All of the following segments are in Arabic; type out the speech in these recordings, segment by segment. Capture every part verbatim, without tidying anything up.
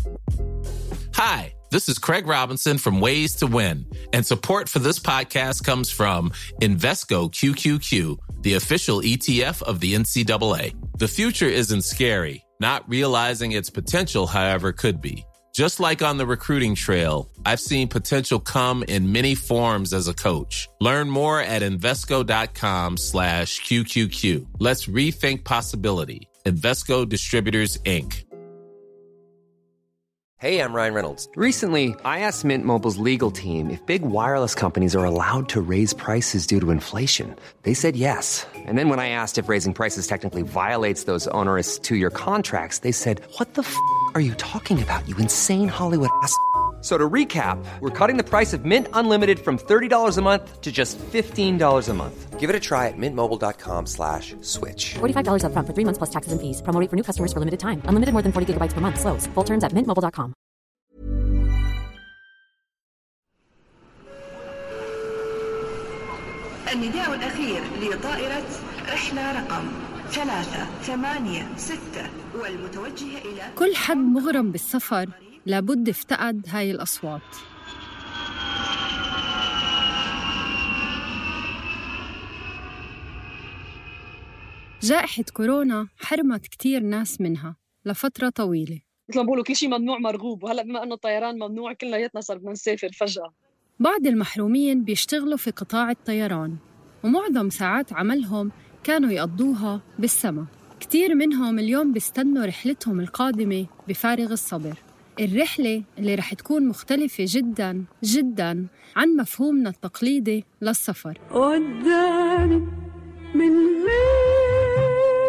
Hi, this is Craig Robinson from Ways to Win, and support for this podcast comes from Invesco Q Q Q, the official E T F of the N C double A. The future isn't scary. Not realizing its potential, however, could be. Just like on the recruiting trail, I've seen potential come in many forms as a coach. Learn more at Invesco.com slash QQQ. Let's rethink possibility. Invesco Distributors, Incorporated. Hey, I'm Ryan Reynolds. Recently, I asked Mint Mobile's legal team if big wireless companies are allowed to raise prices due to inflation. They said yes. And then when I asked if raising prices technically violates those onerous two-year contracts, they said, what the f*** are you talking about, you insane Hollywood ass f- So to recap, we're cutting the price of Mint Unlimited from thirty dollars a month to just fifteen dollars a month. Give it a try at mintmobile.com slash switch. forty-five dollars up front for three months plus taxes and fees. Promo rate for new customers for limited time. Unlimited more than forty gigabytes per month. Slows full terms at mint mobile dot com. النداء الأخير لطائرة رحلة رقم ثلاثة ثمانية ستة والمتوجهة إلى كل حد مغرم بالسفر لابد افتقد هاي الأصوات. جائحة كورونا حرمت كتير ناس منها لفترة طويلة. مثل ما بقولوا كل شيء ممنوع مرغوب، وهلأ بما أنه الطيران ممنوع كلياتنا صار بدنا نسافر فجأة. بعض المحرومين بيشتغلوا في قطاع الطيران ومعظم ساعات عملهم كانوا يقضوها بالسما. كتير منهم اليوم بيستنوا رحلتهم القادمة بفارغ الصبر. الرحلة اللي رح تكون مختلفة جداً جداً عن مفهومنا التقليدي للسفر. قدامي من غير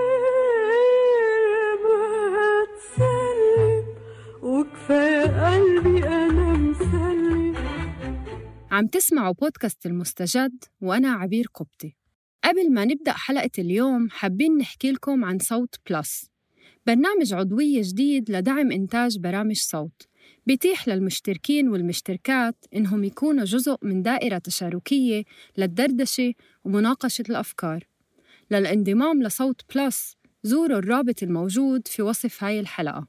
ما تسلم وكفاية قلبي أنا مسلم. عم تسمعوا بودكاست المستجد وأنا عبير قبطي. قبل ما نبدأ حلقة اليوم حابين نحكي لكم عن صوت بلس، برنامج عضوية جديد لدعم إنتاج برامج صوت، بيتيح للمشتركين والمشتركات إنهم يكونوا جزء من دائرة تشاركية للدردشة ومناقشة الأفكار. للانضمام لصوت بلس زوروا الرابط الموجود في وصف هاي الحلقة.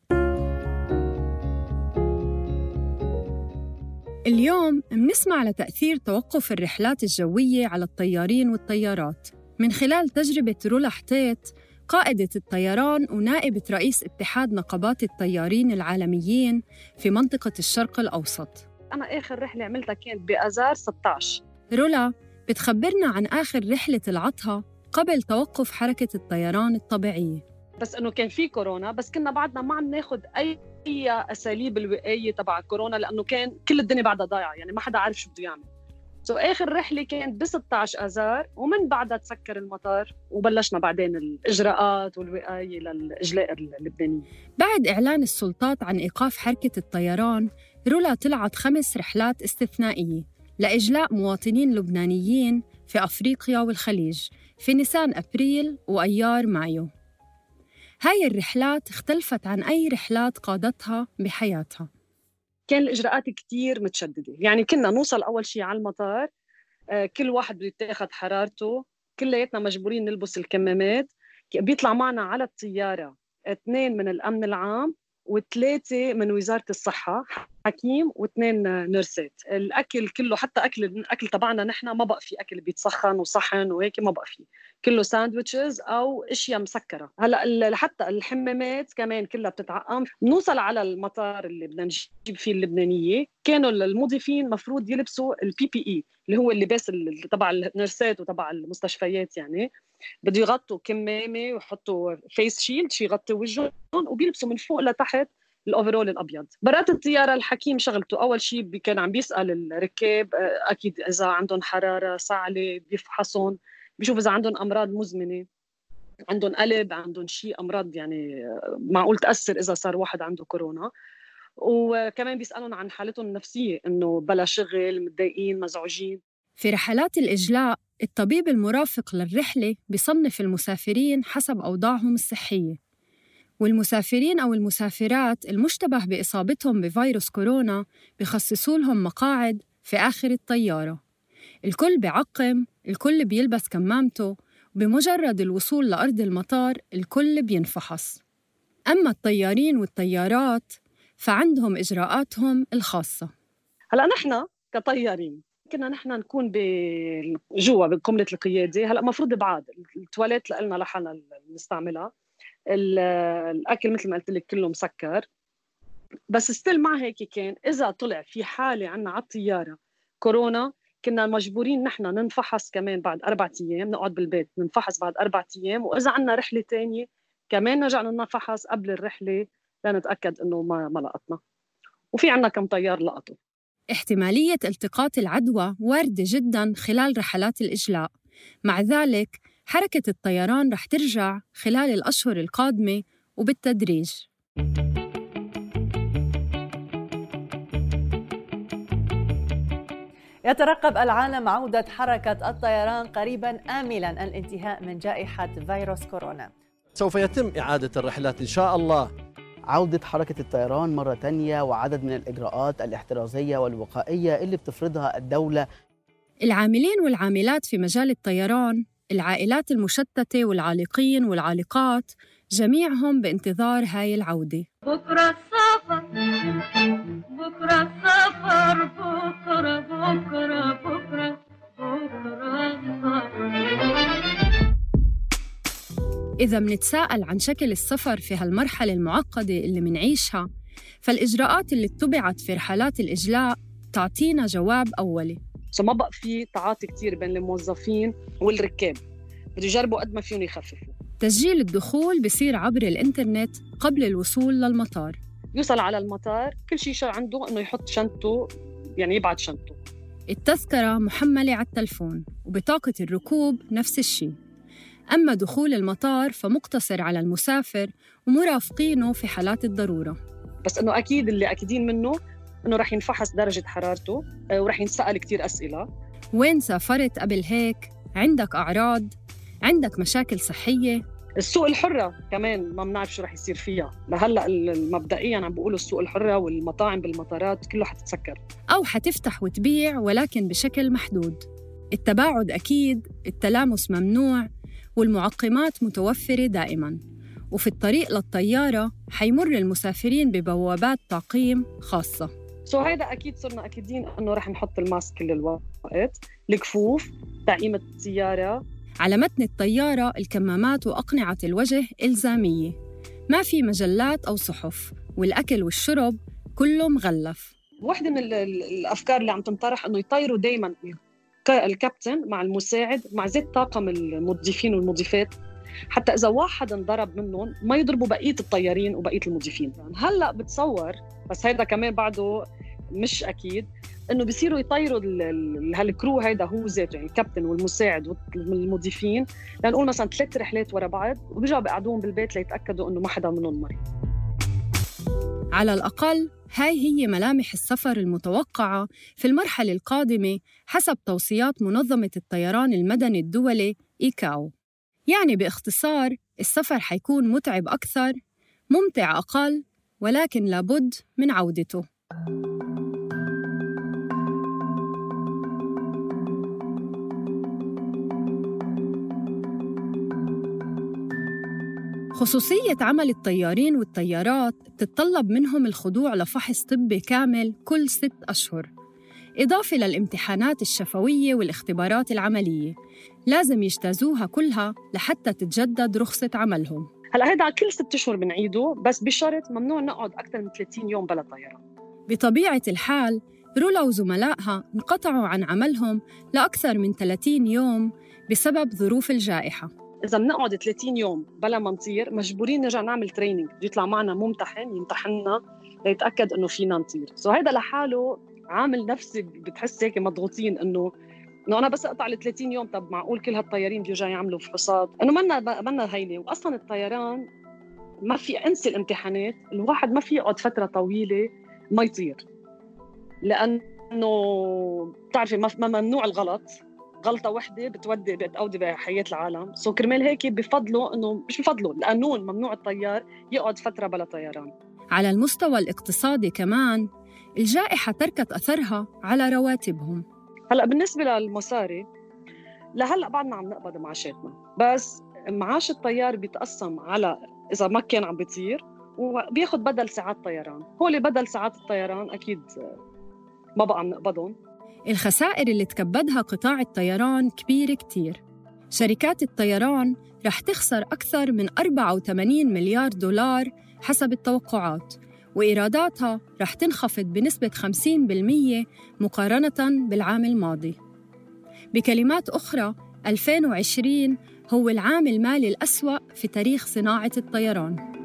اليوم منسمع لتأثير توقف الرحلات الجوية على الطيارين والطيارات من خلال تجربة رولا حطيت، قائدة الطيران ونائبة رئيس اتحاد نقابات الطيارين العالميين في منطقة الشرق الأوسط. أنا آخر رحلة عملتها كانت بآذار ستة عشر. رولا بتخبرنا عن آخر رحلة العطها قبل توقف حركة الطيران الطبيعية. بس إنه كان في كورونا، بس كنا بعدنا ما عم ناخد أي أساليب الوقاية تبع كورونا لأنه كان كل الدنيا بعدها ضايعة، يعني ما حدا عارف شو بده يعمل. سو آخر رحلة كانت ب ستة عشر آذار، ومن بعدها تسكر المطار وبلشنا بعدين الإجراءات والوقاية للإجلاء اللبنانية. بعد إعلان السلطات عن إيقاف حركة الطيران، رولا طلعت خمس رحلات استثنائية لإجلاء مواطنين لبنانيين في أفريقيا والخليج في نيسان أبريل وأيار مايو. هاي الرحلات اختلفت عن أي رحلات قادتها بحياتها. كان الإجراءات كتير متشددة، يعني كنا نوصل أول شيء على المطار، آه كل واحد بده يتاخد حرارته، كلياتنا مجبورين نلبس الكمامات. بيطلع معنا على الطيارة اثنين من الأمن العام وثلاثة من وزارة الصحة، حكيم واثنين نرسات. الأكل كله، حتى أكل الأكل تبعنا نحن ما بقى فيه أكل بيتسخن وصحن وهيك، ما بقى فيه، كله ساندويتشز أو أشياء مسكرة. هلأ حتى الحمامات كمان كلها بتتعقم. نوصل على المطار اللي بدنا نجيب فيه اللبنانية، كانوا المضيفين مفروض يلبسوا البي بي إي اللي هو اللباس تبع النرسات وتبع المستشفيات، يعني بده يغطوا كمامة ويحطوا فيس شيلد شي يغطي وجههم، وبيلبسوا من فوق لتحت الأوفرول الأبيض. برات الطيارة الحكيم شغلته أول شيء كان عم بيسأل الركاب أكيد إذا عندهم حرارة صعلة، بيفحصهم، بيشوف إذا عندهم أمراض مزمنة، عندهم قلب، عندهم شيء أمراض يعني معقول تأثر إذا صار واحد عنده كورونا. وكمان بيسألون عن حالتهم النفسية، إنه بلا شغل، متضايقين، مزعوجين. في رحلات الإجلاء الطبيب المرافق للرحلة بيصنف المسافرين حسب أوضاعهم الصحية، والمسافرين أو المسافرات المشتبه بإصابتهم بفيروس كورونا بيخصصوا لهم مقاعد في آخر الطيارة. الكل بيعقم، الكل بيلبس كمامته، وبمجرد الوصول لأرض المطار الكل بينفحص. أما الطيارين والطيارات فعندهم إجراءاتهم الخاصة. هلأ نحن كطيارين كنا نحن نكون جوا بقمة القيادة. هلأ مفروض بعاد التواليت لنا لحالنا نستعملها، الأكل مثل ما قلت لك كله مسكر، بس ستيل مع هيك كان إذا طلع في حالة عنا على الطيارة كورونا كنا مجبورين نحن ننفحص كمان بعد أربعة أيام، نقعد بالبيت ننفحص بعد أربعة أيام، وإذا عنا رحلة تانية كمان نرجع ننفحص قبل الرحلة لنتأكد إنه ما ما لقطنا. وفي عنا كم طيار لقطوا. احتمالية التقاط العدوى واردة جداً خلال رحلات الإجلاء، مع ذلك حركة الطيران رح ترجع خلال الأشهر القادمة وبالتدريج. يترقب العالم عودة حركة الطيران قريباً آملاً الانتهاء من جائحة فيروس كورونا. سوف يتم إعادة الرحلات إن شاء الله. عودة حركة الطيران مرة تانية وعدد من الإجراءات الاحترازية والوقائية اللي بتفرضها الدولة. العاملين والعاملات في مجال الطيران، العائلات المشتتة والعالقين والعالقات، جميعهم بانتظار هاي العودة. بكرة السفر بكرة السفر بكرة بكرة بكرة بكرة السفر. إذا منتساءل عن شكل السفر في هالمرحلة المعقدة اللي منعيشها، فالإجراءات اللي اتبعت في رحلات الإجلاء تعطينا جواب أولي. ما بقى في تعاطي كتير بين الموظفين والركاب، بده يجربوا قد ما فيهم يخففوا. تسجيل الدخول بصير عبر الإنترنت قبل الوصول للمطار. يوصل على المطار كل شيء شو عنده إنه يحط شنطه، يعني يبعد شنطه. التذكرة محملة على التلفون، وبطاقة الركوب نفس الشيء. أما دخول المطار فمقتصر على المسافر ومرافقينه في حالات الضرورة. بس إنه أكيد اللي أكيدين منه إنه رح ينفحص درجة حرارته ورح ينسأل كتير أسئلة. وين سافرت قبل هيك؟ عندك أعراض؟ عندك مشاكل صحية؟ السوق الحرة كمان ما بنعرف شو رح يصير فيها. لهلأ مبدئياً عم بيقولوا السوق الحرة والمطاعم بالمطارات كله حتتسكر أو حتفتح وتبيع ولكن بشكل محدود. التباعد أكيد، التلامس ممنوع، والمعقمات متوفرة دائماً. وفي الطريق للطيارة حيمر المسافرين ببوابات تعقيم خاصة. سو هيدا أكيد صرنا أكيدين أنه رح نحط الماسك كل الوقت، الكفوف، تعقيم السيارة. على متن الطيارة الكمامات وأقنعة الوجه إلزامية، ما في مجلات أو صحف، والأكل والشرب كله مغلف. واحدة من الأفكار اللي عم تنطرح أنه يطيروا دايماً الكابتن مع المساعد مع زيت طاقم المضيفين والمضيفات، حتى إذا واحد انضرب منهم ما يضربوا بقية الطيارين وبقية المضيفين. هلأ بتصور، بس هيدا كمان بعده مش أكيد، إنه بيصيروا يطيروا هالكرو هيدا هو ذاته، يعني الكابتن والمساعد والمضيفين، لنقول مثلا ثلاث رحلات ورا بعض، وبيرجعوا بيقعدوهم بالبيت ليتأكدوا إنه ما حدا منهم مريض. على الأقل هاي هي ملامح السفر المتوقعة في المرحلة القادمة حسب توصيات منظمة الطيران المدني الدولي إيكاو. يعني باختصار السفر حيكون متعب أكثر، ممتع أقل، ولكن لابد من عودته. خصوصية عمل الطيارين والطيارات تتطلب منهم الخضوع لفحص طبي كامل كل ست أشهر، إضافة للامتحانات الشفوية والاختبارات العملية، لازم يجتازوها كلها لحتى تتجدد رخصة عملهم. هلأ هيدا كل ست أشهر بنعيده، بس بشرط ممنوع نقعد أكثر من ثلاثين يوم بلا طيارة. بطبيعة الحال رولا وزملائها انقطعوا عن عملهم لأكثر من ثلاثين يوم بسبب ظروف الجائحة. إذا بنقعد ثلاثين يوم بلا ما نطير مجبورين نرجع نعمل تريننج، يطلع معنا ممتحن يمتحننا ليتأكد إنه فينا نطير. سو هيدا لحاله عامل نفسي بتحس هيك مضغوطين إنه إنه أنا بس أقطع ال ثلاثين يوم، طب معقول كل هالطيارين بيرجعوا يعملوا فحوصات؟ إنه منا منا هينة. وأصلاً الطيران ما في، أنسي الامتحانات، الواحد ما في يقعد فترة طويلة ما يطير، لأنه بتعرفي ما ممنوع الغلط، غلطة واحدة بتودي بتأودي بحياة العالم. سو كرمال هيك بفضلوا إنه مش بفضلوا، القانون ممنوع الطيار يقعد فترة بلا طيران. على المستوى الاقتصادي كمان الجائحة تركت أثرها على رواتبهم. هلأ بالنسبة للمصاري لهلأ بعدنا عم نقبض معاشاتنا، بس معاش الطيار بيتقسم على إذا ما كان عم بيطير وبياخد بدل ساعات طيران. هو اللي بدل ساعات الطيران أكيد ما بقى بنقبضهم. الخسائر اللي تكبدها قطاع الطيران كبيرة كتير. شركات الطيران رح تخسر أكثر من أربعة وثمانين مليار دولار حسب التوقعات، وإيراداتها رح تنخفض بنسبة خمسين بالمية مقارنة بالعام الماضي. بكلمات أخرى، ألفين وعشرين هو العام المالي الأسوأ في تاريخ صناعة الطيران.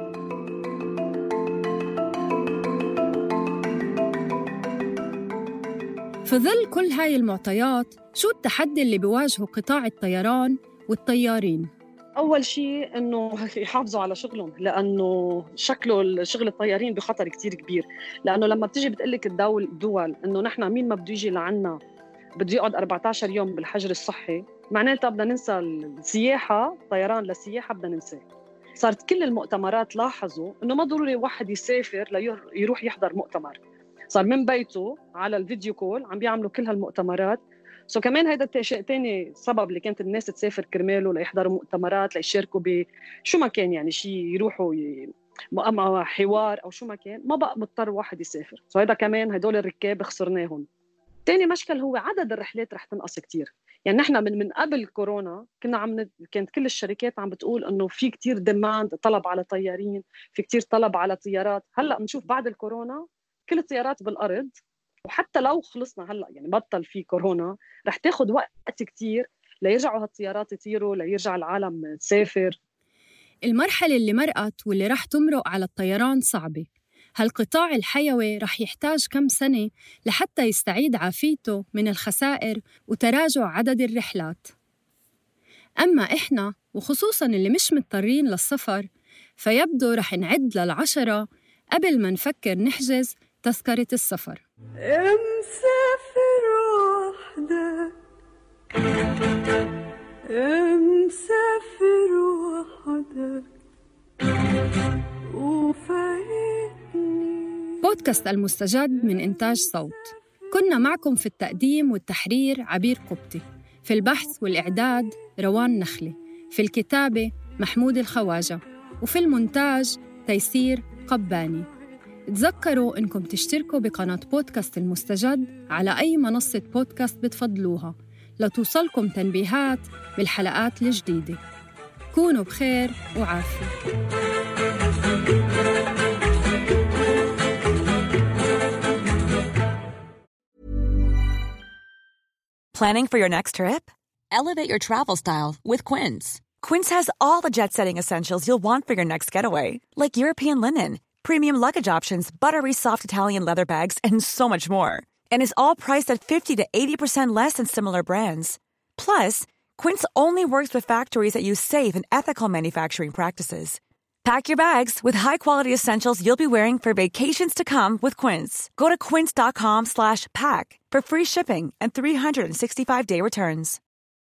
في ظل كل هاي المعطيات، شو التحدي اللي بيواجهه قطاع الطيران والطيارين؟ أول شيء إنه يحافظوا على شغلهم، لأنه شكله شغل الطيارين بخطر كتير كبير. لأنه لما بتيجي بتقلك الدول الدول إنه نحن مين ما بده يجي لعنا بده يقعد أربعة عشر يوم بالحجر الصحي، معناتها بدنا ننسى السياحة. طيران للسياحة بدنا ننساه. صارت كل المؤتمرات لاحظوا إنه ما ضروري واحد يسافر ليروح يحضر مؤتمر، صار من بيته على الفيديو كول عم بيعملوا كل هالمؤتمرات. سو كمان هيدا شيء تاني سبب اللي كانت الناس تسافر كرماله ليحضروا مؤتمرات، ليشاركوا بشو ما كان، يعني شيء يروحوا ي... حوار أو شو ما كان. ما بقى مضطر واحد يسافر. سو هيدا كمان هدول الركاب خسرناهم. تاني مشكل هو عدد الرحلات رح تنقص كتير. يعني نحن من من قبل كورونا كنا عم ن... كانت كل الشركات عم بتقول إنه في كتير ديماند، طلب على طيارين، في كتير طلب على طيارات. هلأ بنشوف بعد الكورونا كل الطيارات بالأرض، وحتى لو خلصنا هلأ يعني بطل في كورونا رح تاخد وقت كتير ليرجعوا هالطيارات يطيروا، ليرجع العالم تسافر. المرحلة اللي مرقت واللي رح تمرق على الطيران صعبة. هالقطاع الحيوي رح يحتاج كم سنة لحتى يستعيد عافيته من الخسائر وتراجع عدد الرحلات. أما إحنا وخصوصاً اللي مش مضطرين للسفر، فيبدو رح نعد للعشرة قبل ما نفكر نحجز تذكرة السفر. مسافر وحدك، مسافر وحدك وفايتني. بودكاست المستجد من إنتاج صوت. كنا معكم في التقديم والتحرير عبير قبطي، في البحث والإعداد روان نخلي، في الكتابة محمود الخواجة، وفي المونتاج تيسير قباني. تذكروا إنكم تشتركوا بقناة بودكاست المستجد على أي منصة بودكاست بتفضلوها لتوصلكم تنبيهات بالحلقات الجديدة. كونوا بخير وعافية. Planning for your next trip? Elevate your travel style with Quince. Quince has all the jet-setting essentials you'll want for your next getaway, like European linen, premium luggage options, buttery soft Italian leather bags, and so much more. And is all priced at fifty to eighty percent less than similar brands. Plus, Quince only works with factories that use safe and ethical manufacturing practices. Pack your bags with high-quality essentials you'll be wearing for vacations to come with Quince. Go to quince dot com slash pack for free shipping and three hundred sixty-five day returns.